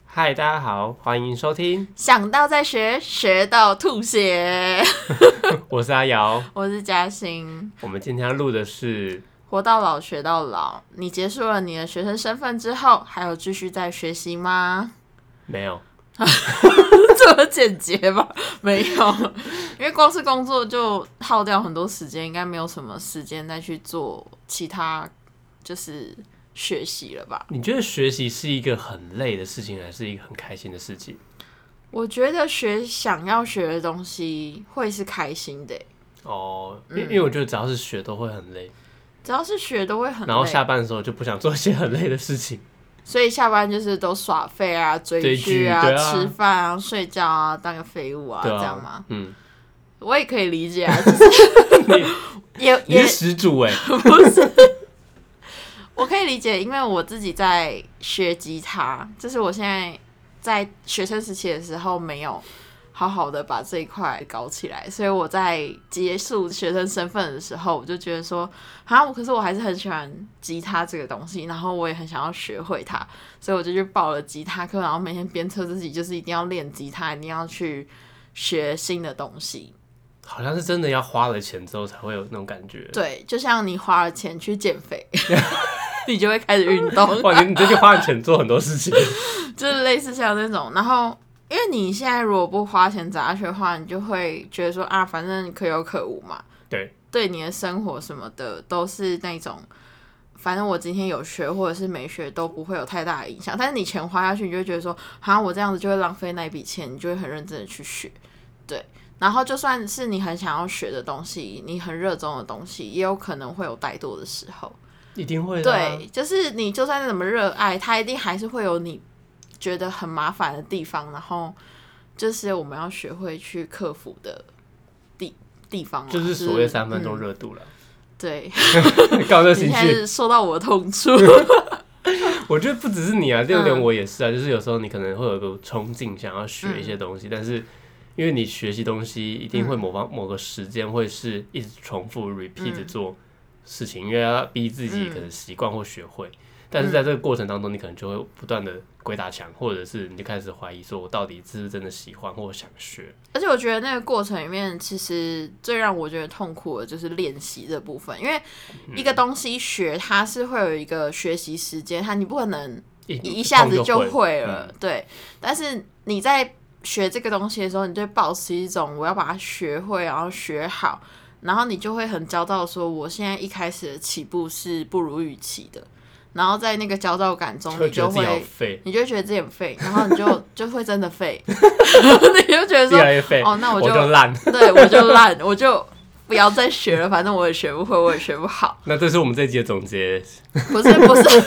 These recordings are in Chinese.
嗨，大家好，欢迎收听。 想到再学，学到吐血。 我是阿瑶， 我是嘉欣。 我们今天要录的是活到老，学到老。你结束了你的学生身份之后，还有继续在学习吗？ 没有， 这么简洁吧？没有，因为光是工作就耗掉很多时间，应该没有什么时间再去做其他就是学习了吧？ 你觉得学习是一个很累的事情，还是一个很开心的事情？ 我觉得想要学的东西会是开心的。 哦，因为我觉得只要是学都会很累， 只要是学都会很累， 然后下班的时候就不想做一些很累的事情， 所以下班就是都耍废啊、追剧啊、 对啊吃饭啊、睡觉啊、当个废物啊， 对啊， 这样吗？ 嗯， 我也可以理解啊，就是你是始祖哎， 不是，我可以理解，因为我自己在学吉他，就是我现在在学生时期的时候没有好好的把这一块搞起来，所以我在结束学生身份的时候，我就觉得说，可是我还是很喜欢吉他这个东西，然后我也很想要学会它，所以我就去报了吉他课，然后每天鞭策自己，就是一定要练吉他，一定要去学新的东西。 好像是真的要花了钱之后才会有那种感觉。 对，就像你花了钱去减肥，你就会开始运动。 哇，你最近花了钱做很多事情， 就是类似像那种，然后因为你现在如果不花钱砸下去的话，你就会觉得说啊，反正可有可无嘛。 对， 对你的生活什么的都是那种，反正我今天有学或者是没学都不会有太大的影响。但是你钱花下去，你就会觉得说，我这样子就会浪费那一笔钱，你就会很认真的去学。对，然后就算是你很想要学的东西，你很热衷的东西，也有可能会有怠惰的时候。 一定会的啊。 对，就是你就算怎么热爱，它一定还是会有你觉得很麻烦的地方，然后就是我们要学会去克服的地方， 就是所谓3分钟热度了。 对， 搞这情你现在绪是说到我的痛处。 我觉得不只是你啊，就连我也是啊。就是有时候你可能会有个冲劲，想要学一些东西，但是因为你学习东西一定会某个时间会是一直重复 repeat 做事情，因为要逼自己可能习惯或学会。但是在这个过程当中，你可能就会不断的鬼打墙，或者是你就开始怀疑说，我到底是不是真的喜欢或想学。 而且我觉得那个过程里面，其实最让我觉得痛苦的就是练习这部分，因为一个东西学它是会有一个学习时间，你不可能一下子就会了，对。但是你在学这个东西的时候，你就保持一种我要把它学会，然后学好，然后你就会很焦躁，说我现在一开始的起步是不如预期的。然后在那个焦躁感中，你就会觉得自己很废，然后你就会真的废，你就觉得说， 越来越废， 那我就烂， 对，我就烂，我就不要再学了，反正我也学不会，我也学不好。 那这是我们这一集的总结， 不是，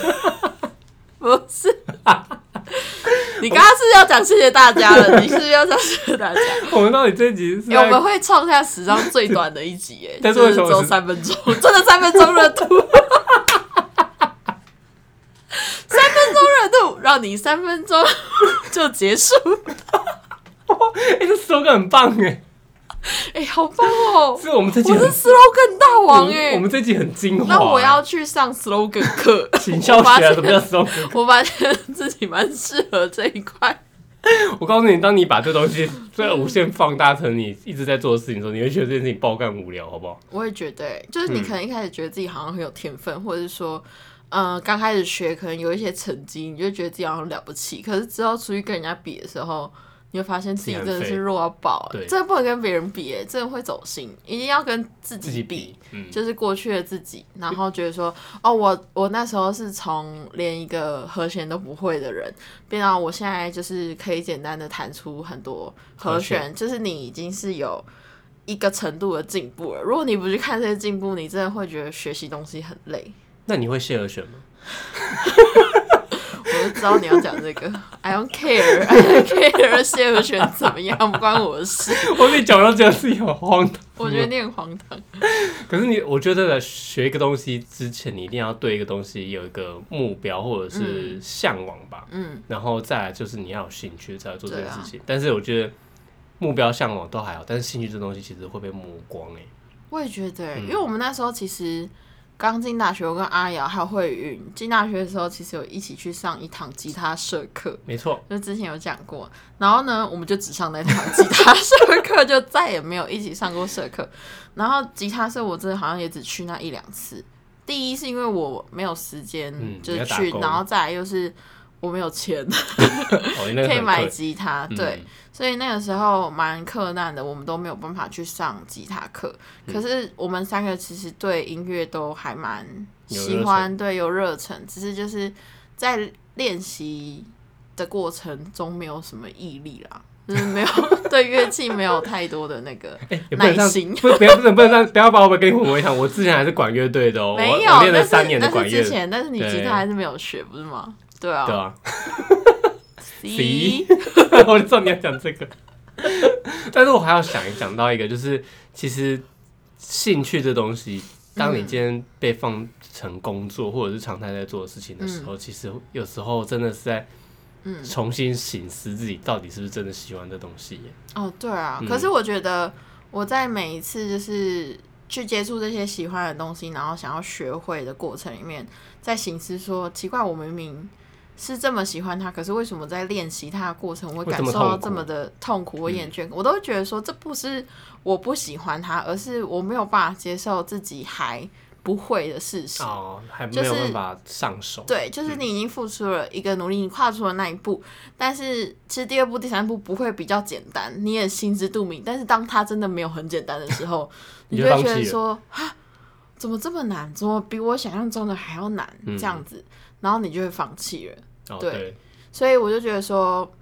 你刚刚是要讲谢谢大家了，你是不是要讲谢谢大家？ 我们到底这一集是我们会创下史上最短的一集， 但是为什么只有3分钟？真的3分钟热度。3分钟热度，让你3分钟就结束。 这 slogan 很棒好棒哦！ 是我们这集我是 slogan 大王我们这集很精华。 那我要去上 slogan 课， 请教学啊，什么叫 slogan？ 我发现自己蛮适合这一块。 我告诉你，当你把这东西最无限放大成你一直在做的事情的时候，你会觉得这件事情爆干无聊，好不好？ 我也觉得，就是你可能一开始觉得自己好像很有天分，或者是说，刚开始学可能有一些成绩，你就觉得自己好像了不起，可是之后出去跟人家比的时候，你会发现自己真的是弱到爆，真的不能跟别人比，真的会走心，一定要跟自己比，就是过去的自己，然后觉得说，我那时候是从连一个和弦都不会的人，变到我现在就是可以简单的弹出很多和弦，就是你已经是有一个程度的进步了。如果你不去看这些进步，你真的会觉得学习东西很累。 那你会谢和弦吗？ 我就知道你要讲这个 I don't care 谢和弦怎么样，不关我的事。 我跟你讲到这个事情很荒唐， 我觉得你很荒唐。 可是我觉得在学一个东西之前，你一定要对一个东西有一个目标或者是向往吧。然后再来就是你要有兴趣才要做这件事情。但是我觉得目标向往都还好，但是兴趣这东西其实会被磨光。 我也觉得因为我们那时候其实刚进大学，我跟阿瑶还有慧云进大学的时候，其实有一起去上一堂吉他社课， 没错， 就之前有讲过。然后呢，我们就只上那堂吉他社课，就再也没有一起上过社课。然后吉他社我真的好像也只去那1-2次。第一是因为我没有时间就是去，然后再来又是我没有钱可以买吉他，对，所以那个时候蛮困难的，我们都没有办法去上吉他课。可是我们3个其实对音乐都还蛮喜欢，对，有热忱，只是就是在练习的过程中没有什么毅力啦。就是没有对乐器没有太多的那个耐心， 不要把我们跟你混为一谈。我之前还是管乐队的哦， 没有， 我练了3年的管乐。 之前，但是你吉他还是没有学，不是吗？对啊， 对啊。 C， 我就知道你要讲这个，但是我还要讲到一个，就是其实兴趣这东西，当你今天被放成工作或者是常态在做的事情的时候，其实有时候真的是在。重新省思自己到底是不是真的喜欢这东西耶。 哦，对啊，可是我觉得我在每一次就是去接触这些喜欢的东西，然后想要学会的过程里面，在省思说，奇怪，我明明是这么喜欢它，可是为什么在练习它的过程，我会感受到这么的痛苦或厌倦？我都会觉得说，这不是我不喜欢它，而是我没有办法接受自己还不会的事实， 还没有办法上手。 对，就是你已经付出了一个努力，你跨出了那一步，但是其实第2步、第3步不会比较简单，你也心知肚明。但是当它真的没有很简单的时候，你就会觉得说啊，怎么这么难？怎么比我想象中的还要难？这样子，然后你就会放弃了。对，所以我就觉得说，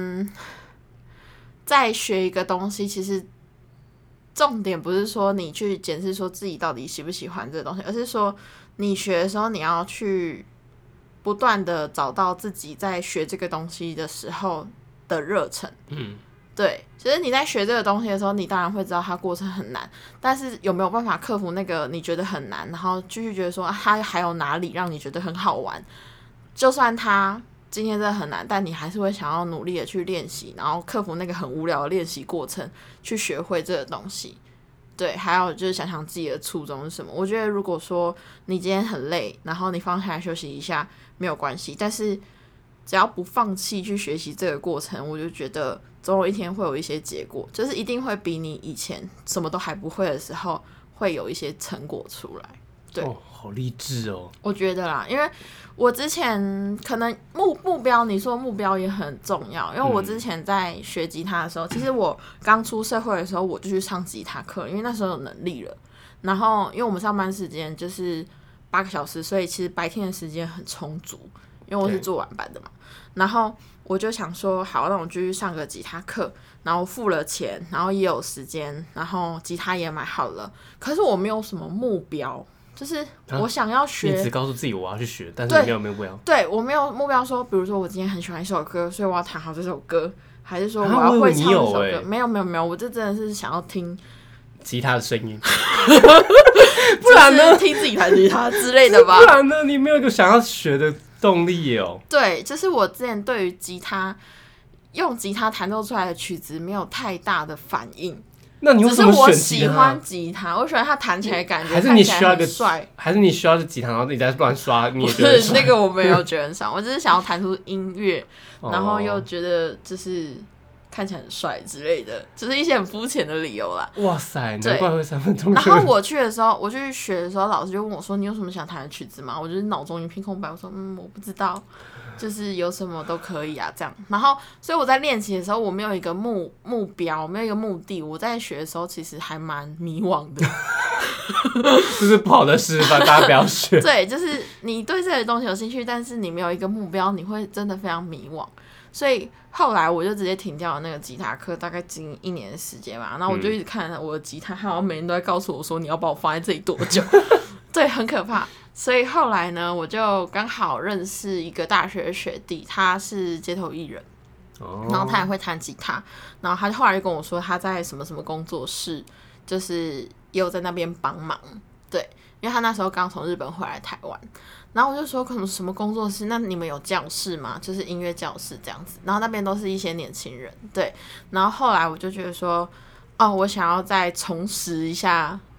再学一个东西，其实。重点不是说你去检视说自己到底喜不喜欢这个东西，而是说你学的时候你要去不断的找到自己在学这个东西的时候的热忱。对，其实你在学这个东西的时候，你当然会知道它过程很难，但是有没有办法克服那个你觉得很难，然后继续觉得说它还有哪里让你觉得很好玩，就算它今天真的很难，但你还是会想要努力的去练习，然后克服那个很无聊的练习过程，去学会这个东西。对，还有就是想想自己的初衷是什么。我觉得如果说你今天很累，然后你放下来休息一下没有关系，但是只要不放弃去学习这个过程，我就觉得总有一天会有一些结果，就是一定会比你以前什么都还不会的时候会有一些成果出来。对， 好励志哦！ 我觉得啦，因为我之前可能目标，你说目标也很重要。因为我之前在学吉他的时候，其实我刚出社会的时候，我就去上吉他课，因为那时候有能力了。然后，因为我们上班时间就是8个小时，所以其实白天的时间很充足，因为我是做晚班的嘛。然后我就想说，好，那我就去上个吉他课，然后付了钱，然后也有时间，然后吉他也买好了。可是我没有什么目标。就是我想要学， 你只告诉自己我要去学，但是你没有目标。 对，我没有目标说，比如说我今天很喜欢一首歌，所以我要弹好这首歌，还是说我要会唱这首歌？没有，我这真的是想要听吉他的声音， 不然呢，听自己弹吉他之类的吧。 不然呢，你没有一个想要学的动力哦。 对，就是我之前对于吉他用吉他弹奏出来的曲子没有太大的反应。 那你为什么选吉他？ 只是我喜欢吉他，我喜欢它弹起来感觉， 还是你需要一个帅， 还是你需要一个吉他，然后你再乱刷，你也觉得不是那个我没有觉得很爽，我只是想要弹出音乐，然后又觉得就是看起来很帅之类的，就是一些很肤浅的理由啦。 哇塞，难怪会3分钟。 然后我去的时候，我去学的时候，老师就问我说：“你有什么想弹的曲子吗？”我就是脑中一片空白，我说：“我不知道。”就是有什么都可以啊，这样。然后，所以我在练习的时候，我没有一个目标，没有一个目的。我在学的时候，其实还蛮迷惘的。 这是不好的示范，大家不要学。 对，就是你对这些东西有兴趣，但是你没有一个目标，你会真的非常迷惘。所以后来我就直接停掉了那个吉他课，大概经营1年的时间吧。然后我就一直看我的吉他，好像每人都在告诉我说：“你要把我放在这里多久？”对，很可怕。所以后来呢，我就刚好认识一个大学的学弟，他是街头艺人，然后他也会弹吉他，然后他后来就跟我说他在什么什么工作室，就是也有在那边帮忙，对，因为他那时候刚从日本回来台湾，然后我就说可能什么工作室，那你们有教室吗？就是音乐教室这样子，然后那边都是一些年轻人，对，然后后来我就觉得说，哦，我想要再重拾一下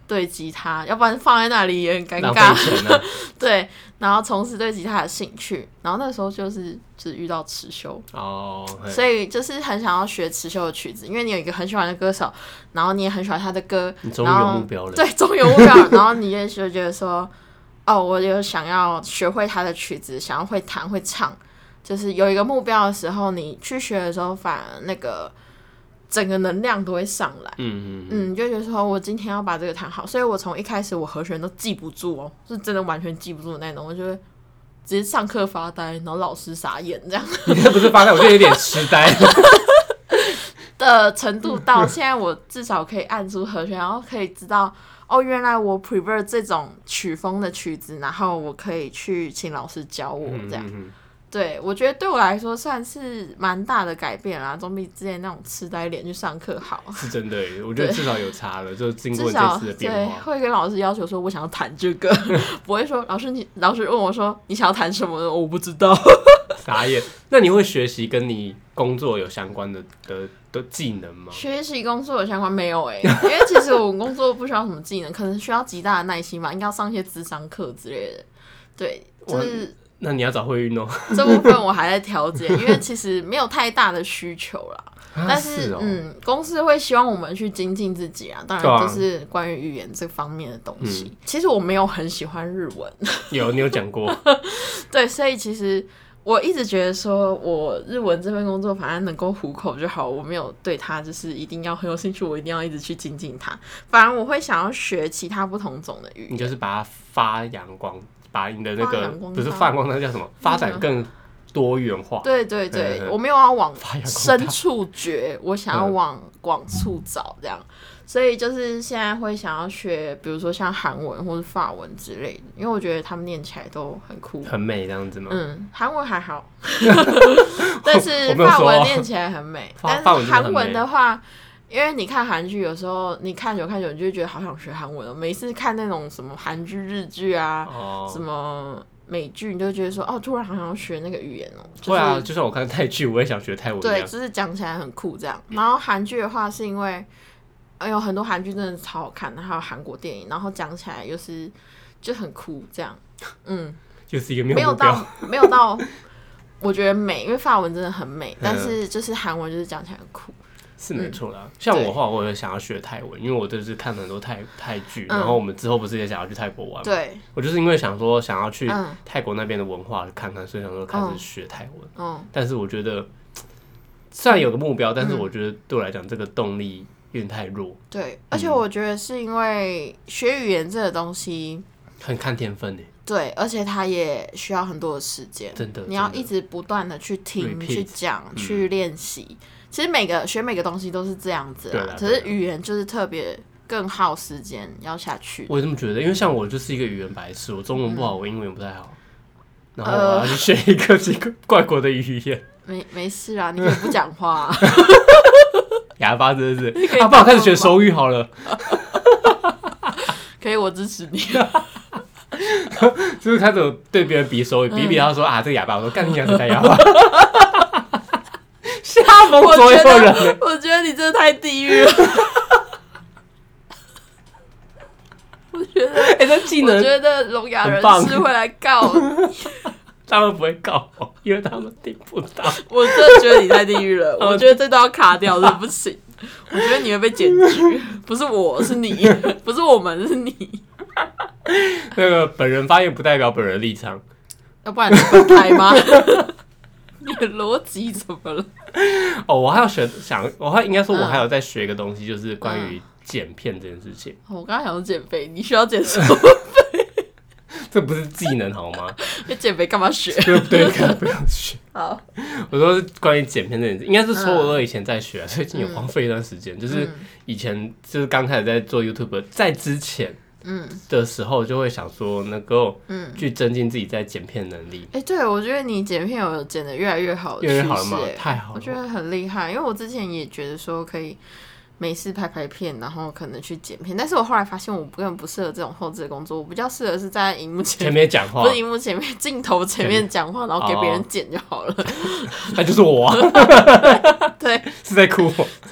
对吉他，要不然放在那里也很尴浪尬。 费钱啊。 对，然后从此对吉他的兴趣，然后那时候就是遇到持修，所以就是很想要学持修的曲子，因为你有一个很喜欢的歌手，然后你也很喜欢他的歌， 你终于有目标了。 对，终于有目标了，然后你也就觉得说，哦，我有想要学会他的曲子，想要会弹会唱，就是有一个目标的时候，你去学的时候，反而那个整个能量都会上来。就觉得说我今天要把这个弹好，所以我从一开始我和弦都记不住哦，是真的完全记不住的那种，我就会直接上课发呆，然后老师傻眼这样。 你这不是发呆，我觉得有点痴呆的程度到现在，我至少可以按出和弦，然后可以知道哦，原来我 prefer 这种曲风的曲子，然后我可以去请老师教我这样。对，我觉得对我来说算是蛮大的改变啦，总比之前那种痴呆脸去上课好。 是真的耶，我觉得至少有差了，就经过这次的变化。 对，会跟老师要求说我想要弹这个，不会说老师问我说你想要弹什么的，我不知道。 傻眼。那你会学习跟你工作有相关的技能吗？ 学习工作有相关没有因为其实我工作不需要什么技能，可能需要极大的耐心吧，应该要上一些諮商課之类的。对，就是。 那你要找会运哦。 这部分我还在调节，因为其实没有太大的需求啦。但是公司会希望我们去精进自己啊，当然就是关于语言这方面的东西。其实我没有很喜欢日文， 你有讲过。 对，所以其实我一直觉得说我日文这份工作反正能够糊口就好，我没有对它就是一定要很有兴趣，我一定要一直去精进它。反而我会想要学其他不同种的语言， 你就是把它发扬光，把你的那个不是发扬光，那叫什么？发展更多元化。 对对对，我没有要往深处掘，我想要往广处找这样。所以就是现在会想要学，比如说像韩文或是法文之类的，因为我觉得他们念起来都很酷、 很美这样子吗？ 韩文还好，但是法文念起来很美。但是韩文的话，因为你看韩剧，有时候你看久看久，你就会觉得好想学韩文了。每次看那种什么韩剧、日剧啊，什么美剧，你就觉得说，哦，突然好想要学那个语言哦。 对啊，就像我看泰剧，我也想学泰文一样。 对，就是讲起来很酷这样。然后韩剧的话，是因为有很多韩剧真的超好看的，还有韩国电影，然后讲起来就很酷这样。 就是一个没有目标， 没有到我觉得美，因为法文真的很美，但是就是韩文就是讲起来很酷。 是没错啦，像我的话，我也想要学泰文，因为我就是看很多泰剧，然后我们之后不是也想要去泰国玩吗？ 对， 我就是因为想要去泰国那边的文化看看，所以想说开始学泰文。但是我觉得虽然有个目标，但是我觉得对我来讲，这个动力有点太弱。 对，而且我觉得是因为学语言这个东西很看天分耶。 对，而且它也需要很多的时间， 真的， 你要一直不断的去听、去讲、去练习。其实学每个东西都是这样子啦，可是语言就是特别更耗时间要下去。 我也这么觉得，因为像我就是一个语言白痴，我中文不好，我英文不太好，然后我要去学一个这个外国的语言。 没事啦，你可以不讲话啊。 哑巴真的是，不然我开始学手语好了。 可以，我支持你。 就是开始对别人比手语，比他说啊这个哑巴，我说干你娘是太哑巴。吓疯所有人。 我觉得你真的太地狱了。我觉得， 这技能， 我觉得聋哑人士会来告你。 他们不会告我，因为他们听不到。 我真的觉得你太地狱了，我觉得这都要卡掉，这不行。我觉得你会被检举，不是我，是你，不是我们，是你。 那个本人发言不代表本人立场， 要不然你分开吗？你的逻辑怎么了？ 我还要应该说，我还有在学一个东西，就是关于剪片这件事情。 我刚刚想说减肥，你需要减什么肥？ 这不是技能好吗？ 你减肥干嘛学？ 对，干嘛不要学？ 好， 我说是关于剪片这件事，应该是说我以前在学，最近有荒废一段时间，就是以前就是刚开始在做 YouTube， 在之前。的时候就会想说能够去增进自己在剪片能力。 对，我觉得你剪片有剪得越来越好的趋势， 越来越好了吗？太好了， 我觉得很厉害。因为我之前也觉得说可以没事拍片，然后可能去剪片，但是我后来发现我根本不适合这种后置的工作，我比较适合是在荧幕前面讲话， 不是荧幕前面，镜头前面讲话，然后给别人剪就好了。 那就是我啊。 对， 是在哭我。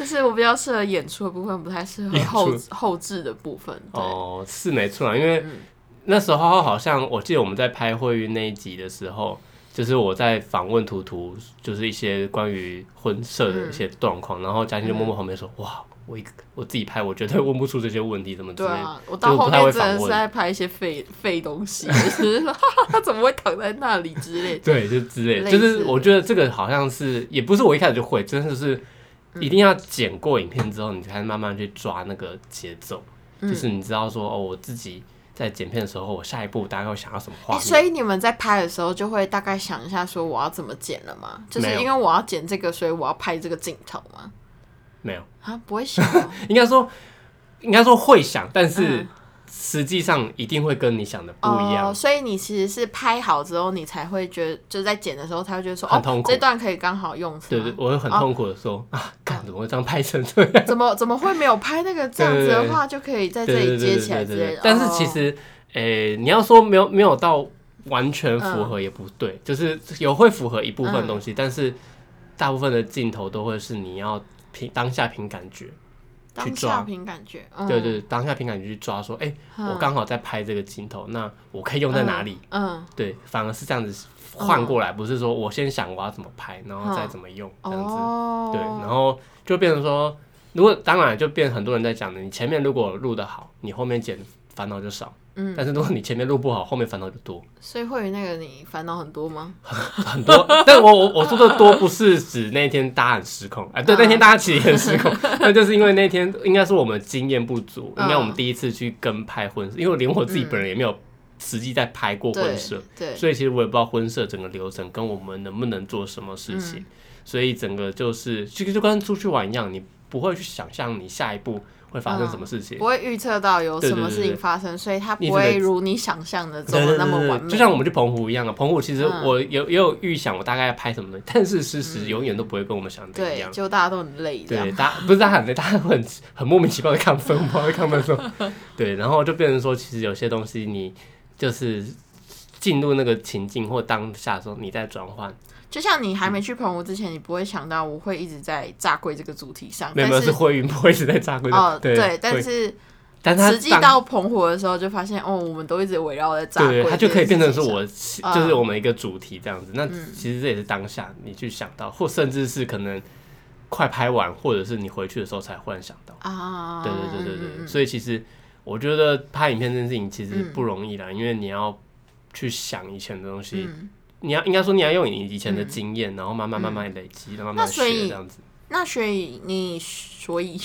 就是我比较适合演出的部分，不太适合后置的部分。 哦，是没错啊，因为那时候好像我记得我们在拍会议那一集的时候，就是我在访问图图，就是一些关于婚摄的一些状况，然后嘉欣就默默旁边说：“哇，我自己拍，我绝对问不出这些问题，怎么之类的。”对啊， 我到后面真的是在拍一些废东西，就是说他怎么会躺在那里之类的。 对，就之类的，就是我觉得这个好像是也不是我一开始就会，真的是一定要剪过影片之后，你才慢慢去抓那个节奏，就是你知道说哦，我自己。在剪片的时候，我下一步大概会想要什么画面？ 所以你们在拍的时候就会大概想一下，说我要怎么剪了吗？就是因为我要剪这个，所以我要拍这个镜头吗？ 没有啊，不会想哦。 应该说会想，但是实际上一定会跟你想的不一样。 所以你其实是拍好之后，你才会觉得，就是在剪的时候，才会觉得说， 很痛苦， 这段可以刚好用。 对，我会很痛苦的说啊，怎么会这样拍成这样？ 怎么会没有拍那个这样子的话，就可以在这里接起来之类的。 但是其实，你要说没有到完全符合也不对，就是会符合一部分东西，但是大部分的镜头都会是你要当下凭感觉。去抓凭感觉， 对，当下凭感觉去抓，说，我刚好在拍这个镜头，那我可以用在哪里？对，反而是这样子换过来，不是说我先想我要怎么拍，然后再怎么用这样子，对，然后就变成说，如果当然就变成很多人在讲的，你前面如果录得好，你后面剪烦恼就少。但是如果你前面录不好，后面烦恼就多。 所以会那个你烦恼很多吗？ 很多，但我说的多不是指那天大家很失控，对，那天大家其实也很失控，那就是因为那天应该是我们经验不足，应该我们第一次去跟拍婚摄，因为连我自己本人也没有实际在拍过婚摄， 对， 所以其实我也不知道婚摄整个流程跟我们能不能做什么事情，所以整个就是其实就跟出去玩一样，你不会去想象你下一步会发生什么事情， 不会预测到有什么事情发生，所以它不会如你想象的走的那么完美。 就像我们去澎湖一样啊，澎湖其实我也有预想我大概要拍什么，但是事实永远都不会跟我们想的一样。 对，就大家都很累。 对，不是大家很累，大家很莫名其妙的亢奋，不知道在亢奋什么。对，然后就变成说，其实有些东西你就是进入那个情境或当下的时候，你在转换。 就像你还没去澎湖之前，你不会想到我会一直在炸龟这个主题上。 没有，是会云不会一直在炸龟。 对，但是实际到澎湖的时候，就发现我们都一直围绕在炸龟。 对，它就可以变成是就是我们一个主题这样子。那其实这也是当下你去想到，或甚至是可能快拍完，或者是你回去的时候才忽然想到啊。对，所以其实我觉得拍影片这件事情其实不容易啦，因为你要去想以前的东西。应该说你要用你以前的经验，然后慢慢累积，慢慢学这样子。 所以你所以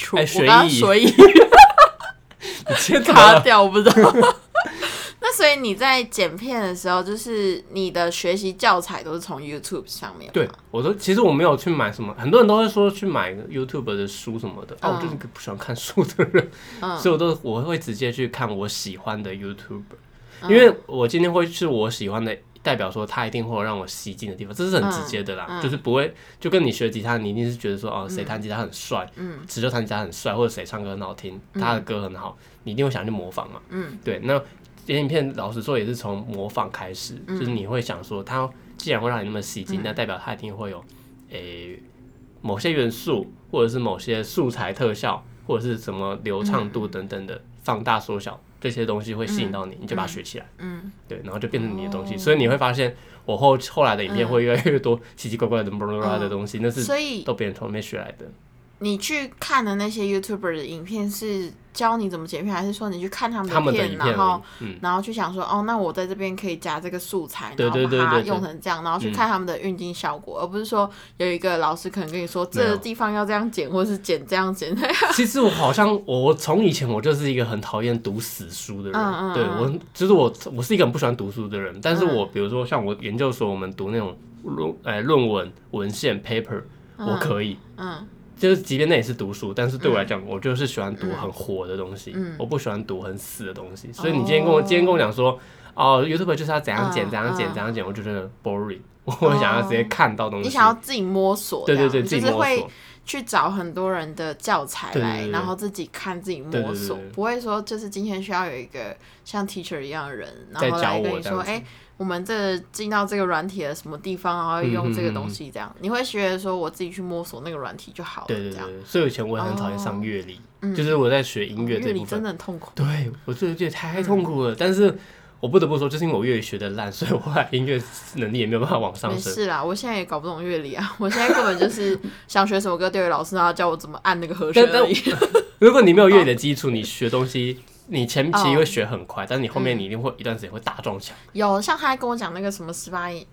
你先卡掉，我不知道。那所以你在剪片的时候，就是你的学习教材都是从 YouTube 上面吗？ 对，其实我没有去买什么，很多人都会说去买 YouTube 的书什么的，我就是一个不喜欢看书的人，所以我会直接去看我喜欢的 YouTuber，因为我今天会是我喜欢的。代表说他一定会有让我吸睛的地方，这是很直接的啦，就是不会就跟你学吉他，你一定是觉得说谁弹吉他很帅，池就弹吉他很帅，或者谁唱歌很好听，他的歌很好，你一定会想去模仿嘛。对，那剪影片老实说也是从模仿开始，就是你会想说他既然会让你那么吸睛，那代表他一定会有某些元素，或者是某些素材特效，或者是什么流畅度等等的放大缩小。这些东西会吸引到你，你就把它学起来，对，然后就变成你的东西。所以你会发现，我后来的影片会越来越多奇奇怪怪的的东西，那是都别人从那边学来的。 你去看的那些 YouTuber 的影片是教你怎么剪片，还是说你去看他们的片，然后去想说那我在这边可以加这个素材，然后把它用成这样，然后去看他们的运镜效果，而不是说有一个老师可能跟你说这个地方要这样剪，或是剪这样剪。 其实我从以前我就是一个很讨厌读死书的人，对我是一个很不喜欢读书的人，但是我比如说像我研究所我们读那种论文文献 paper， 我可以，就是即便那也是读书，但是对我来讲，我就是喜欢读很活的东西，我不喜欢读很死的东西。所以你今天跟我讲说 YouTube 就是要怎样剪怎样剪怎样剪，我就觉得 boring， 我会想要直接看到东西， 你想要自己摸索， 对，自己摸索， 就是会去找很多人的教材来，然后自己看自己摸索，不会说就是今天需要有一个像 teacher 一样的人，然后来跟你说，我们进到这个软体的什么地方，然后用这个东西，这样你会觉得说我自己去摸索那个软体就好了。 对，所以以前我也很讨厌上乐理，就是我在学音乐这部分， 乐理真的很痛苦。 对，我就觉得太痛苦了，但是我不得不说，就是因为我乐理学的烂，所以我后来音乐能力也没有办法往上升。 没事啦，我现在也搞不懂乐理啊，我现在根本就是想学什么歌丢给老师，然后教我怎么按那个和弦而已。 如果你没有乐理的基础，你学东西。你前期会学很快，但是你后面你一定会一段时间会大撞墙。 有像他还跟我讲那个什么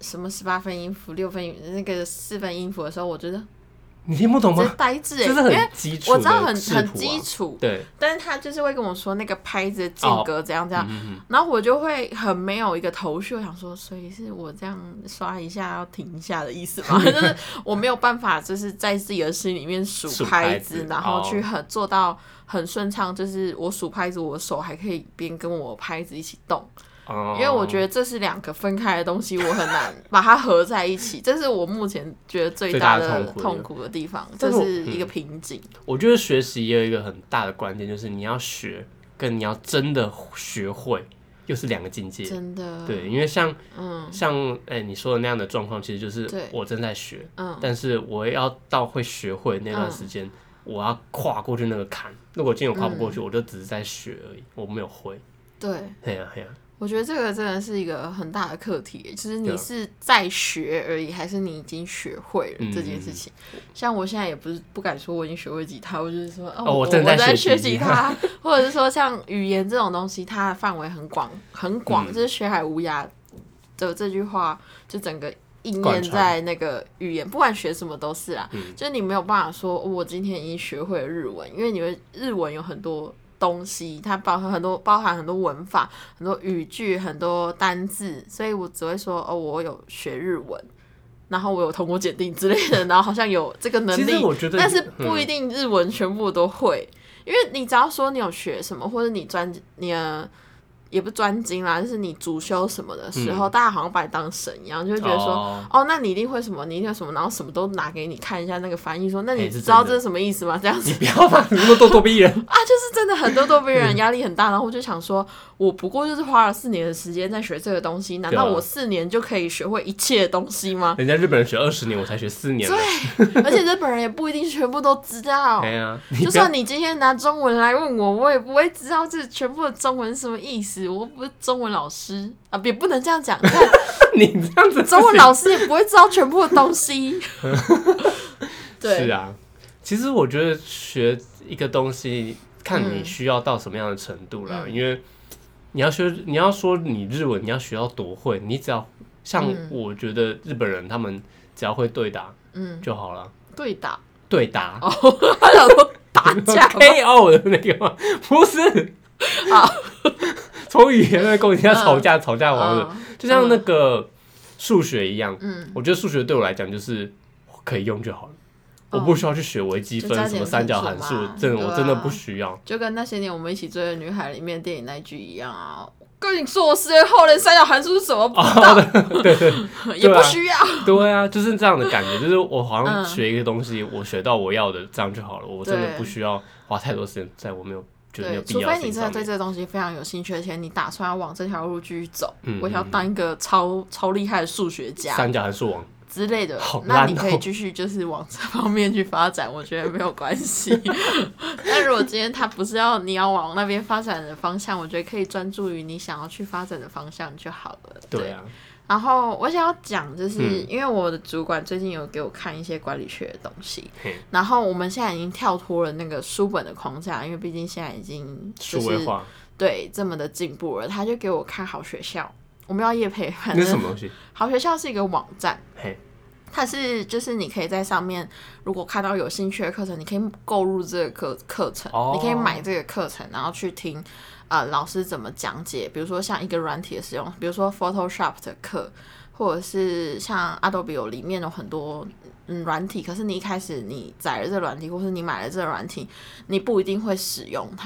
18分音符、6分那个4分音符的时候，我觉得你听不懂吗？ 呆滞就是很基础的， 我知道很基础， 对。 但是他就是会跟我说那个拍子的间隔怎样，然后我就会很没有一个头绪，我想说，所以是我这样刷一下要停一下的意思吗？就是我没有办法，就是在自己的心里面数拍子，然后去做到很顺畅，就是我数拍子，我的手还可以边跟我拍子一起动。因为我觉得这是2个分开的东西，我很难把它合在一起，这是我目前觉得最大的痛苦的地方，这是一个瓶颈。 我觉得学习也有一个很大的关键，就是你要学跟你要真的学会又是2个境界。 真的， 对，因为像你说的那样的状况，其实就是我正在学，但是我要到会学会那段时间，我要跨过去那个坎。如果今天我跨不过去，我就只是在学而已，我没有会。 对， 嘿啊。 我觉得这个真的是一个很大的课题，就是你是在学而已，还是你已经学会了这件事情。像我现在也不敢说我已经学会吉他，我就是说我正在学吉他，或者是说像语言这种东西，它的范围很广，就是学海无涯的这句话，就整个应验在那个语言，不管学什么都是啦。就是你没有办法说我今天已经学会了日文，因为日文有很多东西，它包含很多文法、很多语句、很多单字，所以我只会说我有学日文，然后我有通过检定之类的，然后好像有这个能力。 其实我觉得， 但是不一定日文全部都会，因为你只要说你有学什么，或者你也不专精啦，就是你主修什么的时候，大家好像把你当神一样，就会觉得说，那你一定会什么，你一定会什么，然后什么都拿给你看一下那个翻译，说，那你知道这是什么意思吗？这样子， 你不要把那么咄咄逼人啊，就是真的很咄咄逼人，压力很大。然后我就想说，我不过就是花了4年的时间在学这个东西，难道我4年就可以学会一切的东西吗？ 人家日本人学20年，我才学4年。 对，而且日本人也不一定全部都知道。就算你今天拿中文来问我，我也不会知道这全部的中文是什么意思。我不是中文老师啊，也不能这样讲。 你这样子， 中文老师也不会知道全部的东西。对， 是啊。其实我觉得学一个东西，看你需要到什么样的程度啦。因为你要说你日文，你要学到多会，你只要像我觉得日本人他们只要会对答，就好了。 对答。 他想说打架 KO 的那个吗？不是。从语言来跟人家吵架王者，就像那个数学一样。我觉得数学对我来讲就是可以用就好了，我不需要去学微积分、什么三角函数，我真的不需要。 就跟那些年我们一起追的女孩里面电影那句一样啊。跟你说，我10年后连三角函数是什么不知道， 对， 也不需要。 对啊，就是这样的感觉，就是我好像学一个东西，我学到我要的，这样就好了。我真的不需要花太多时间在我没有觉得没有必要的事情上面。 除非你真的对这个东西非常有兴趣，而且你打算要往这条路继续走。我想要当一个超厉害的数学家， 三角函数王之类的，那你可以继续就是往这方面去发展，我觉得没有关系。但如果今天他不是你要往那边发展的方向，我觉得可以专注于你想要去发展的方向就好了。 对啊。 然后我想要讲，就是因为我的主管最近有给我看一些管理学的东西，然后我们现在已经跳脱了那个书本的框架，因为毕竟现在已经数位化， 对，这么的进步了。他就给我看好学校，我们要业配，反正那是什么东西？ 好学校是一个网站，它是就是你可以在上面，如果看到有兴趣的课程，你可以购入这个课程，你可以买这个课程，然后去听老师怎么讲解。比如说像一个软体的使用，比如说 Photoshop 的课，或者是像 Adobe 里面有很多软体，可是你一开始你载了这个软体，或是你买了这个软体，你不一定会使用它。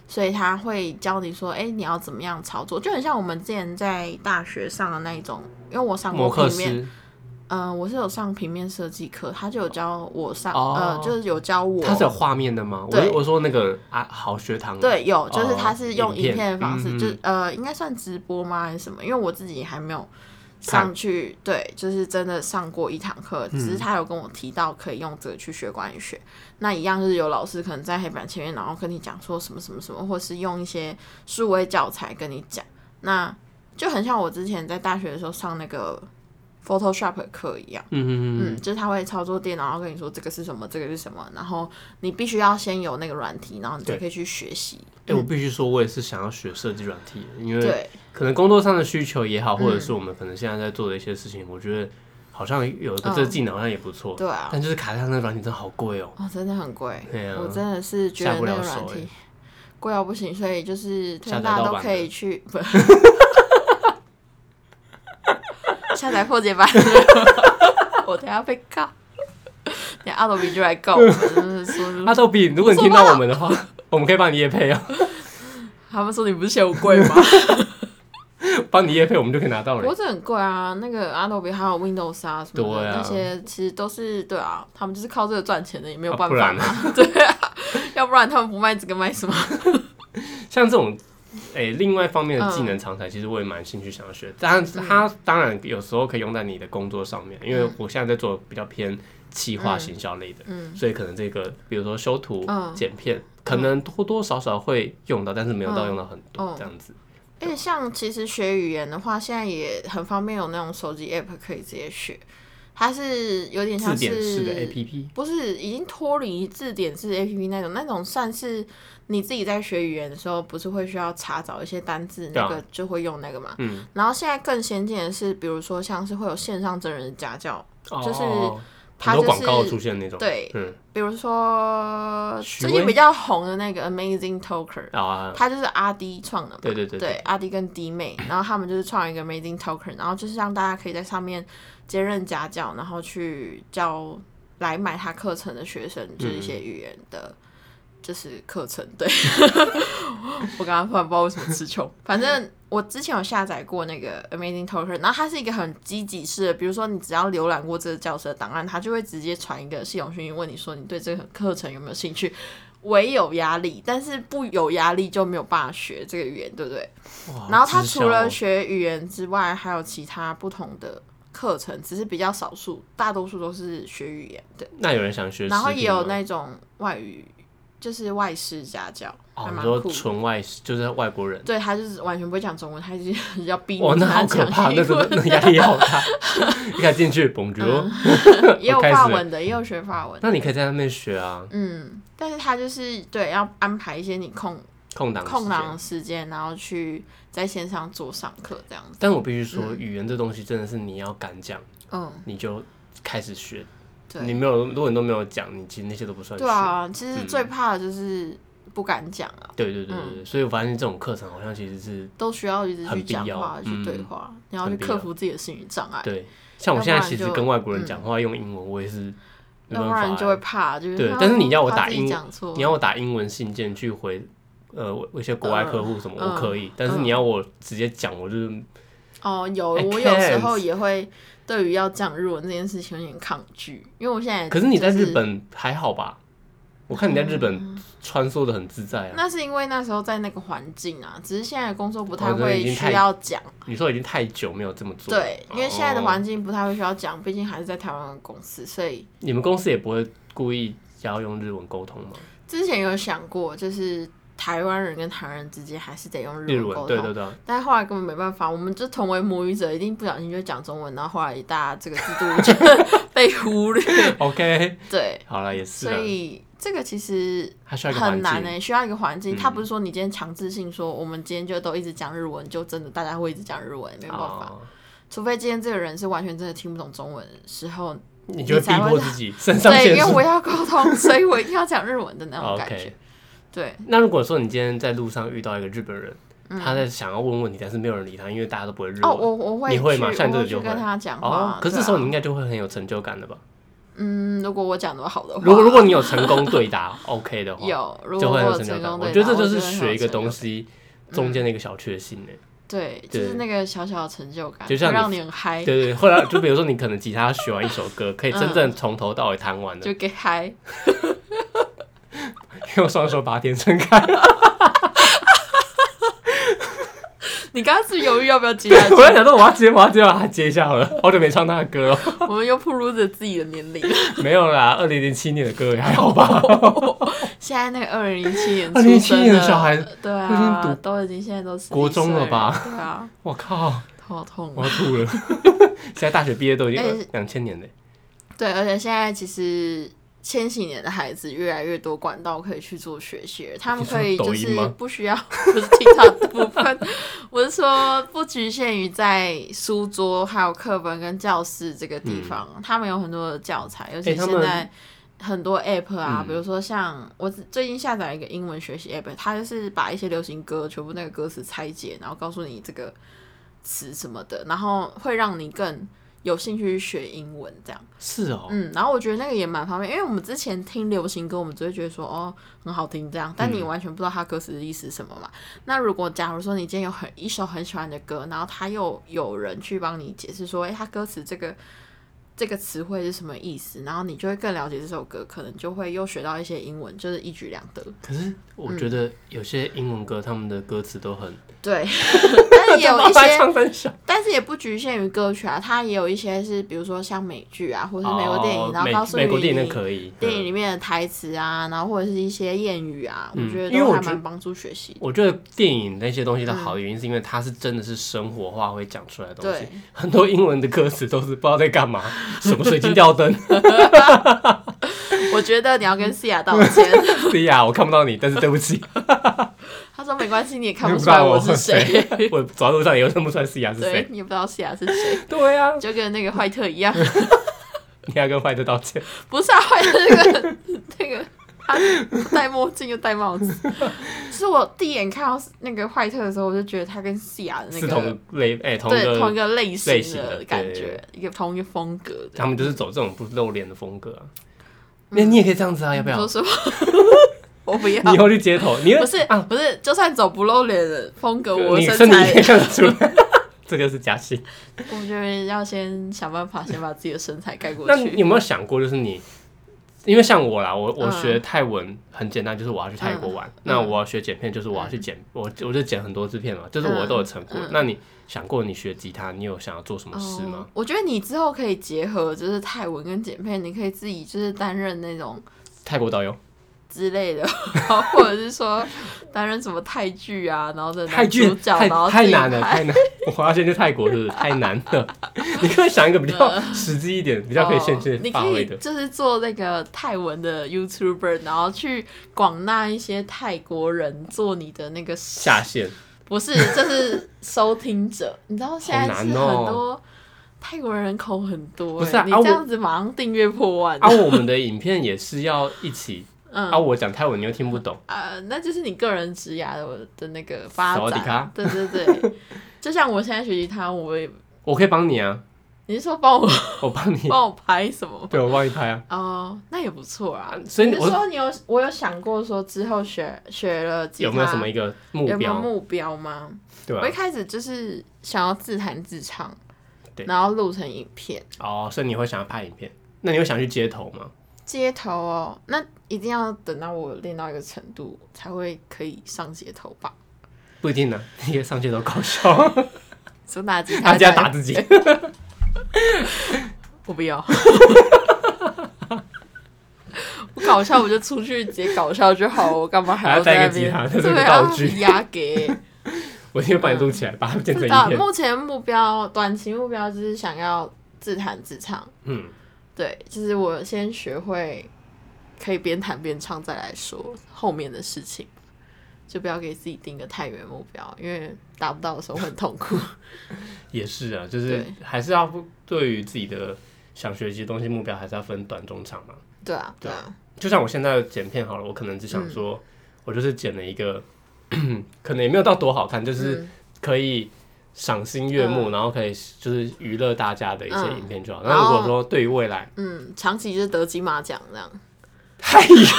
所以他会教你说，你要怎么样操作，就很像我们之前在大学上的那一种，因为我上过平面，我是有上平面设计课，他就有教我上，就是有教我。 他是有画面的吗？我说那个好学堂。 对，有，就是他是用影片的方式，就应该算直播吗还是什么？因为我自己还没有上去，对，就是真的上过一堂课，只是他有跟我提到可以用这个去学管理学。那一样就是有老师可能在黑板前面，然后跟你讲说什么什么什么，或是用一些数位教材跟你讲。那就很像我之前在大学的时候上那个 Photoshop 的课一样，就是他会操作电脑，然后跟你说这个是什么，这个是什么，然后你必须要先有那个软体，然后你就可以去学习。 我必须说，我也是想要学设计软体的，因为可能工作上的需求也好，或者是我们可能现在在做的一些事情，我觉得好像有一个这个技能好像也不错。 对啊， 但就是卡在那个软体真的好贵哦。 真的很贵。 对啊， 我真的是觉得那个软体贵到不行，所以就是推荐大家都可以去不。下载破解版，我等一下被告，等一下Adobe就来告我们，就是说 Adobe，如果你听到我们的话，我们可以帮你业配哦。 他们说你不是嫌我贵吗？ 帮你业配，我们就可以拿到了。 不过这很贵啊，那个 Adobe 还有 Windows 啊什么的，那些其实都是对啊，他们就是靠这个赚钱的，也没有办法嘛。对啊，要不然他们不卖这个卖什么？ 像这种。另外一方面的技能长才，其实我也蛮兴趣想要学。但它当然有时候可以用在你的工作上面，因为我现在在做比较偏企划行销类的，所以可能这个比如说修图、剪片，可能多多少少会用到，但是没有到用到很多这样子。 而且像其实学语言的话，现在也很方便，有那种手机 app 可以直接学。它是有点像是字典式的 APP， 不是已经脱离字典式 APP 那种算是你自己在学语言的时候，不是会需要查找一些单字，那个就会用那个嘛。然后现在更先进的是，比如说像是会有线上真人的家教，就是很多广告出现那种。 对，比如说最近比较红的那个 Amazing Talker，他就是阿迪创的嘛。对，阿迪跟弟妹，然后他们就是创一个 Amazing Talker， 然后就是让大家可以在上面兼任家教，然后去教来买他课程的学生，就是一些语言的，就是课程。对，我刚刚突然不知道为什么词穷，反正我之前有下载过那个 Amazing Talker， 然后它是一个很积极式的，比如说你只要浏览过这个教室的档案，它就会直接传一个系统讯息问你说你对这个课程有没有兴趣。唯有压力，但是不有压力就没有办法学这个语言，对不对？然后它除了学语言之外，还有其他不同的课程，只是比较少数，大多数都是学语言的。 那有人想学， 然后也有那种外语，就是外师家教，还蛮酷的。 你说纯外师就是外国人， 对，他就是完全不会讲中文，他就是要逼你那好可怕，那压力好大。一开始进去，Bonjour， 也有法文的，也有学法文。 那你可以在那边学啊。 但是他就是对要安排一些你空档的时间，然后去在线上做上课这样子。 但我必须说，语言这东西真的是你要敢讲，你就开始学。你没有，如果你都没有讲，你其实那些都不算学。 对啊，其实最怕的就是不敢讲啊。 对，所以我发现这种课程好像其实是都需要一直去讲话、去对话，你要去克服自己的心理障碍。 对，像我现在其实跟外国人讲话用英文，我也是没办法。 要不然就会怕，就是对。但是你要我打英文信件去回一些国外客户什么，我可以。但是你要我直接讲，我就是我有时候也会对于要讲日文这件事情有点抗拒，因为我现在可是你在日本还好吧？我看你在日本穿梭的很自在啊。 那是因为那时候在那个环境啊，只是现在的工作不太会需要讲。 你说已经太久没有这么做。 对，因为现在的环境不太会需要讲，毕竟还是在台湾的公司，所以你们公司也不会故意要用日文沟通吗？ 之前有想过，就是台湾人跟台湾人之间还是得用日文沟通， 对。 但是后来根本没办法，我们就同为母语者，一定不小心就讲中文，然后后来大家这个制度就被忽略。 OK， 对， 好了，也是。 所以这个其实很难需要一个环境。它不是说你今天强制性说我们今天就都一直讲日文，就真的大家会一直讲日文，没有办法。除非今天这个人是完全真的听不懂中文的时候， 你就会逼迫自己肾上腺素。 对，因为我要沟通，所以我一定要讲日文的那种感觉。对， 那如果说你今天在路上遇到一个日本人，他在想要问问题，但是没有人理他，因为大家都不会日文。 我会， 你会吗？像这个就会跟他讲话。可是这时候你应该就会很有成就感了吧？ 如果我讲的好的话， 如果你有成功对答 OK 的话， 就会很有成功对答。 我觉得这就是学一个东西中间的一个小确幸对，就是那个小小的成就感， 就像会让你很嗨。 对对，后来就比如说你可能吉他学完一首歌，可以真正从头到尾弹完的， 就给嗨， 用双手把天撑开。 你刚刚是犹豫要不要接下去？ 我在想说我要接把他接下好了，好久没唱他的歌了。 我们又暴露着自己的年龄。 没有啦，2007年的歌还好吧？ 现在那个2007年 2007年的小孩， 对啊，都已经现在都是国中了吧？ 对啊， 我靠， 头好痛， 我要吐了。现在大学毕业都已经2000年了。 对，而且现在其实千禧年的孩子越来越多管道可以去做学习，他们可以就是不需要不是 TikTok 的部分，我是说不局限于在书桌还有课本跟教室这个地方，他们有很多的教材，尤其现在很多 app 啊，比如说像我最近下载了一个英文学习 app， 它就是把一些流行歌全部那个歌词拆解，然后告诉你这个词什么的，然后会让你更有兴趣去学英文，这样是哦， 然后我觉得那个也蛮方便，因为我们之前听流行歌，我们只会觉得说很好听这样，但你完全不知道它歌词的意思是什么嘛。那如果假如说你今天有一首很喜欢的歌，然后他又有人去帮你解释说，它歌词这个词汇是什么意思，然后你就会更了解这首歌，可能就会又学到一些英文，就是一举两得。 可是我觉得有些英文歌，他们的歌词都很对，但是也有一些，但是也不局限于歌曲啊，它也有一些是，比如说像美剧啊，或者是美国电影，然后告诉你美国电影可以， 电影里面的台词啊，然后或者是一些谚语啊，我觉得都还蛮帮助学习。 我觉得电影那些东西它好的原因，是因为它是真的是生活化会讲出来的东西。很多英文的歌词都是不知道在干嘛，什么水晶吊灯。 我觉得你要跟西亚道歉。 西亚，我看不到你，但是对不起。 他说没关系，你也看不出来我是谁。 我走在路上也认不出来西亚是谁。 对，你也不知道西亚是谁。 对啊， 就跟那个坏特一样。 你要跟坏特道歉？ 不是啊，坏特那个他戴墨镜又戴帽子。是我第一眼看到那个坏特的时候，我就觉得他跟西亚的那个是同一个类型的感觉，同一个风格。 他们就是走这种不露脸的风格啊。你也可以这样子啊，要不要？ 说什么？我不要。 你以后去街头， 不是，就算走不露脸的风格，我身材也可以看得出来。这个是假戏。 我觉得要先想办法，先把自己的身材盖过去。 那你有没有想过，就是因为像我啦，我学泰文很简单，就是我要去泰国玩。那我要学剪片，就是我要去剪，我就剪很多支片嘛，就是我都有成果。那你想过你学吉他，你有想要做什么事吗？ 我觉得你之后可以结合，就是泰文跟剪片，你可以自己就是担任那种泰国导游之类的，或者是说担任什么泰剧啊，然后的男主角，然后太难了，太难。我要先去泰国是不是？太难了。你可以想一个比较实际一点，比较可以现现发挥的。 你可以就是做那个泰文的 YouTuber， 然后去广纳一些泰国人做你的那个下线。 不是，就是收听者。你知道现在是很多泰国人口很多， 不是啊？ 你这样子马上订阅破万。 我们的影片也是要一起。我讲泰文你又听不懂。 那就是你个人职涯的那个发展。对对对，就像我现在学吉他， 我可以帮你啊。 你是说帮我？ 我帮你。 帮我拍什么？ 对，我帮你拍啊。 那也不错啊。 所以你是说我有想过说之后学了吉他有没有什么一个目标？ 有没有目标吗？ 对吧？ 我一开始就是想要自弹自唱，然后录成影片。 所以你会想要拍影片？那你会想去街头吗？ 街头那一定要等到我练到一个程度才会可以上街头吧？ 不一定呢，你可以上街头搞笑。 说拿吉他， 他家打自己。 我不要。我搞笑我就出去直接搞笑就好，我干嘛还要带个吉他？这是个道具。 压给。 我一定会把你录起来，把它剪成影片。 目前短期目标就是想要自弹自唱。对，就是我先学会可以边弹边唱，再来说后面的事情，就不要给自己定个太远目标，因为达不到的时候会很痛苦。 也是啊，就是还是要对于自己的想学习的东西目标，还是要分短中长嘛。 对啊，对啊。 就像我现在剪片好了，我可能只想说，我就是剪了一个，可能也没有到多好看，就是可以赏心悦目，然后可以就是娱乐大家的一些影片就好。那如果说对于未来， 长期就是得金马奖这样， 太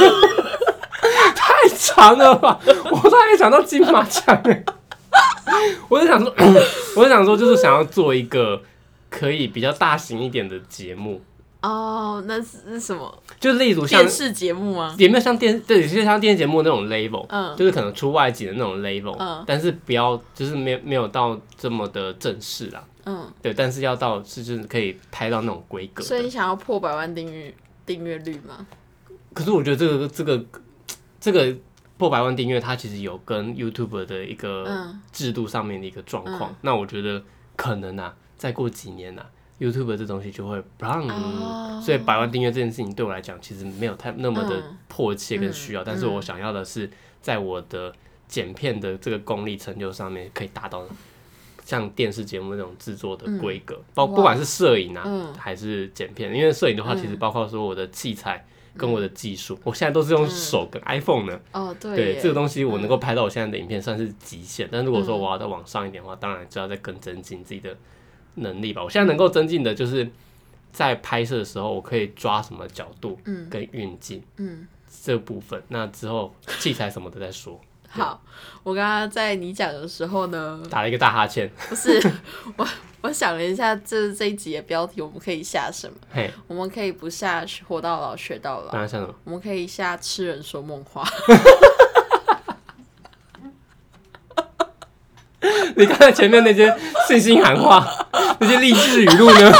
长了吧？我都还没想到金马奖我就想说，就是想要做一个可以比较大型一点的节目。 哦，那是什么？ 就例如像电视节目吗？ 也没有像对，像电视节目那种 level，就是可能出外景的那种 level，但是不要就是没有到这么的正式啦。对，但是要到就是可以拍到那种规格。 所以你想要破100万订阅率吗？ 可是我觉得这个破100万订阅，它其实有跟 YouTube 的一个制度上面的一个状况。那我觉得可能再过几年YouTube 这东西就会所以100万订阅这件事情对我来讲其实没有那么的迫切跟需要，但是我想要的是在我的剪片的这个功力成就上面可以达到像电视节目那种制作的规格，不管是摄影还是剪片，因为摄影的话其实包括说我的器材跟我的技术，我现在都是用手跟 iPhone 呢。对，这个东西我能够拍到我现在的影片算是极限，但如果说我要再往上一点的话，当然就要再更增进自己的能力吧。我现在能够增进的就是在拍摄的时候，我可以抓什么角度跟运镜，这部分。那之后器材什么的再说。 好，我刚刚在你讲的时候呢， 打了一个大哈欠。 不是，我想了一下，这一集的标题我们可以下什么？我们可以不下活到老学到老， 那下什么？ 我们可以下痴人说梦话。 你刚才前面那些信心喊话，那些励志语录呢？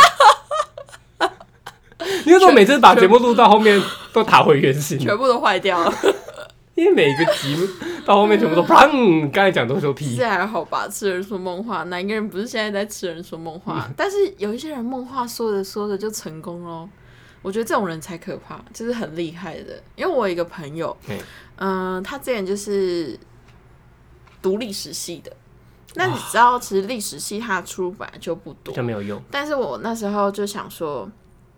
你为什么每次把节目录到后面都打回原形？ 全部都坏掉了。 因为每个集到后面全部都砰，刚才讲都说屁。 这还好吧？痴人说梦话，哪一个人不是现在在痴人说梦话？但是有一些人梦话说着说着就成功咯。我觉得这种人才可怕，就是很厉害的。因为我有一个朋友，他之前就是读历史系的。那你知道，其实历史系它的出路本来就不多， 比较没有用。 但是我那时候就想说，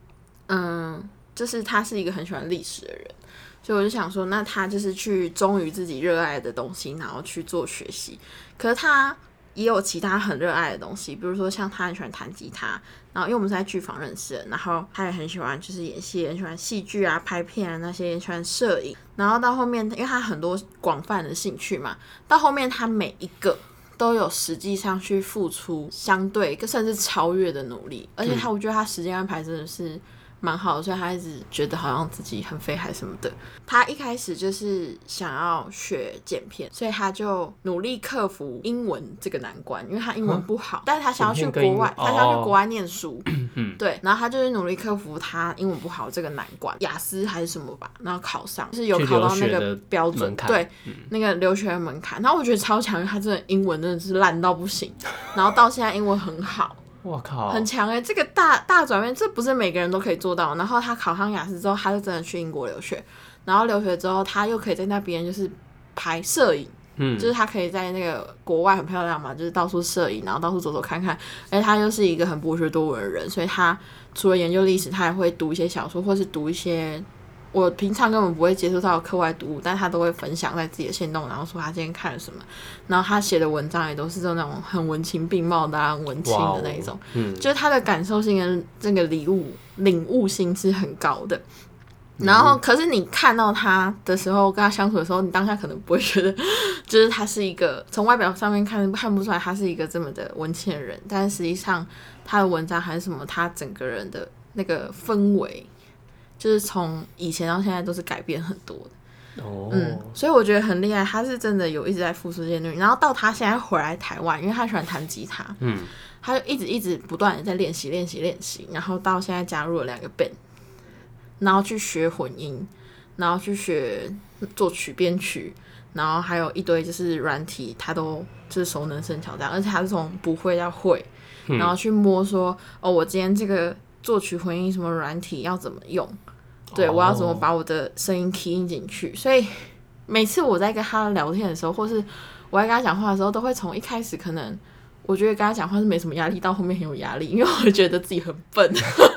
就是他是一个很喜欢历史的人。所以我就想说，那他就是去忠于自己热爱的东西，然后去做学习。可是他也有其他很热爱的东西，比如说像他很喜欢弹吉他，然后因为我们是在剧坊认识的，然后他也很喜欢就是演戏，很喜欢戏剧啊、拍片啊那些，也喜欢摄影。然后到后面，因为他很多广泛的兴趣嘛，到后面他每一个都有实际上去付出相对甚至超越的努力，而且我觉得他时间安排真的是蛮好的，所以他一直觉得好像自己很废还什么的。他一开始就是想要学剪片，所以他就努力克服英文这个难关，因为他英文不好，但是他想要去国外，他想要去国外念书，对，然后他就是努力克服他英文不好这个难关，雅思还是什么吧，然后考上，就是有考到那个标准，对，那个留学的门槛。然后我觉得超强，因为他真的英文真的是烂到不行，然后到现在英文很好。 我靠， 很强这个大转变，这不是每个人都可以做到。然后他考上雅思之后，他就真的去英国留学，然后留学之后，他又可以在那边就是拍摄影，就是他可以在那个国外很漂亮嘛，就是到处摄影，然后到处走走看看。而且他又是一个很博学多闻的人，所以他除了研究历史，他也会读一些小说，或是读一些我平常根本不会接触到的课外读物，但他都会分享在自己的限动，然后说他今天看了什么。然后他写的文章也都是那种很文情并茂的很文青的那一种，就是他的感受性跟这个领悟性是很高的。然后可是你看到他的时候，跟他相处的时候，你当下可能不会觉得就是他是一个从外表上面看不出来他是一个这么的文青的人，但是实际上他的文章还是什么，他整个人的那个氛围就是从以前到现在都是改变很多的。所以我觉得很厉害，他是真的有一直在付出这些努力。然后到他现在回来台湾，因为他喜欢弹吉他，他就一直不断的在练习，然后到现在加入了2个 band， 然后去学混音，然后去学作曲编曲，然后还有一堆就是软体，他都就是熟能生巧这样，而且他是从不会到会，然后去摸说我今天这个作曲混音什么软体要怎么用。对，我要怎么把我的声音 key 进去？所以每次我在跟他聊天的时候，或是我在跟他讲话的时候，都会从一开始可能我觉得跟他讲话是没什么压力，到后面很有压力，因为我会觉得自己很笨，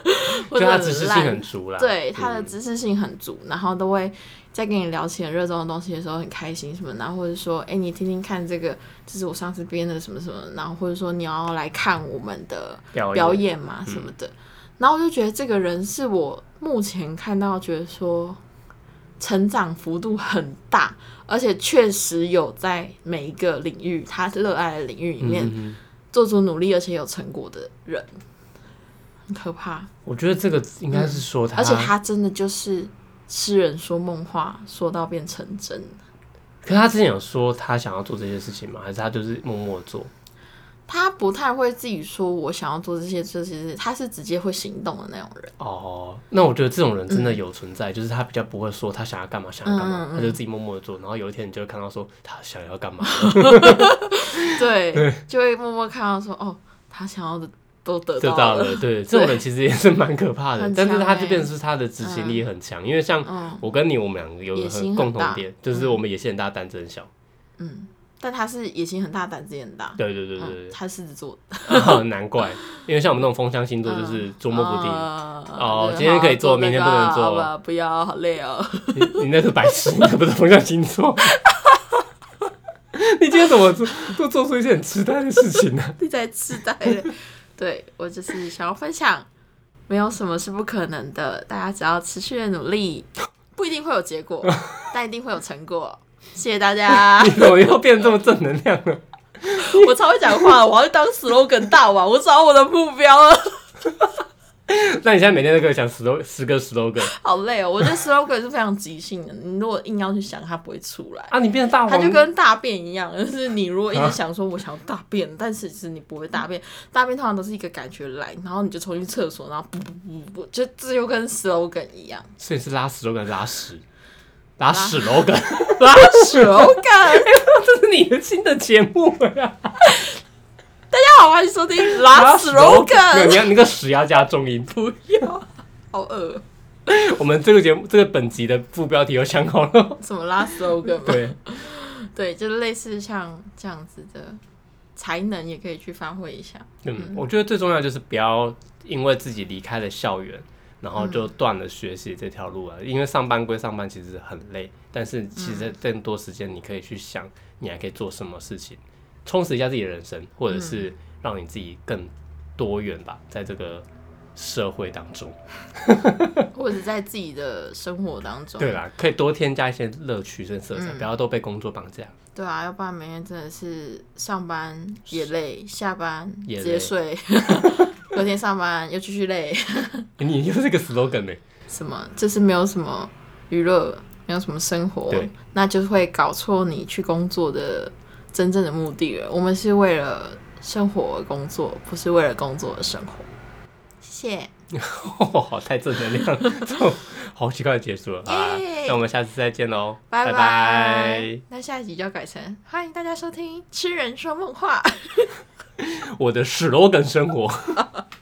或者就他知识性很足啦。 对，他的知识性很足，然后都会在跟你聊起很热衷的东西的时候很开心什么，然后或者说，你听听看这个，这是我上次编的什么什么，然后或者说你要来看我们的表演嘛什么的，然后我就觉得这个人是我目前看到觉得说成长幅度很大，而且确实有在每一个领域他热爱的领域里面做出努力而且有成果的人，很可怕。 我觉得这个应该是说他， 而且他真的就是诗人说梦话，说到变成真。 可是他之前有说他想要做这些事情吗？还是他就是默默做？ 他不太会自己说我想要做这些事，他是直接会行动的那种人。 哦，那我觉得这种人真的有存在，就是他比较不会说他想要干嘛想要干嘛，他就自己默默的做，然后有一天你就会看到说他想要干嘛对，就会默默看到说哦，他想要的都得到了。对，这种人其实也是蛮可怕的，但是他就变成是他的执行力很强，因为像我跟你，我们两个有一个共同点，就是我们野心很大，胆子很小。 但他是野心很大，胆子也很大。 对， 他狮子座的难怪，因为像我们那种风象星座就是捉摸不定。今天可以做，明天不能做。 不要，好累哦。 你那是白痴，那不是风象星座。你今天怎么做出一些很痴呆的事情呢？ 你在痴呆了。对，我就是想要分享，没有什么是不可能的，大家只要持续的努力，不一定会有结果，但一定会有成果。谢谢大家。 你怎么又变这么正能量了？ 我超会讲话，我要去当 slogan 大王，我找我的目标了。 那你现在每天都可以想10个 slogan， 好累哦！我觉得 slogan 是非常即兴的，你如果硬要去想，它不会出来啊。你变成大王， 它就跟大便一样，就是你如果一直想说我想要大便，但是其实你不会大便，大便通常都是一个感觉来，然后你就冲进厕所，然后不，就这就跟 slogan 一样。 所以是拉 slogan 拉屎 slogan 拉 slogan， 这是你的新的节目呀！ 大家好，欢迎收听拉 slogan。 你个屎要加重音， 不要，好恶。 我们这个节目本集的副标题有想好了， 什么拉 slogan 吗？ 对， 对，就是类似像这样子的才能，也可以去发挥一下。 我觉得最重要就是不要因为自己离开了校园，然后就断了学习这条路啊。因为上班归上班，其实很累，但是其实更多时间你可以去想，你还可以做什么事情。充实一下自己的人生，或者是让你自己更多元吧，在这个社会当中， 或者是在自己的生活当中。 对啦，可以多添加一些乐趣跟色彩，不要都被工作绑架。 对啊，要不然每天真的是上班也累，下班直接睡，隔天上班又继续累。 你又是个 slogan 呢？ 什么？就是没有什么娱乐，没有什么生活，那就会搞错你去工作的真正的目的了。我们是为了生活而工作，不是为了工作而生活。谢谢。 太正能量了，好奇怪的结束了。好啦，那我们下次再见喽， 拜拜。那下一集就要改成欢迎大家收听《痴人说梦话》， 我的slogan生活。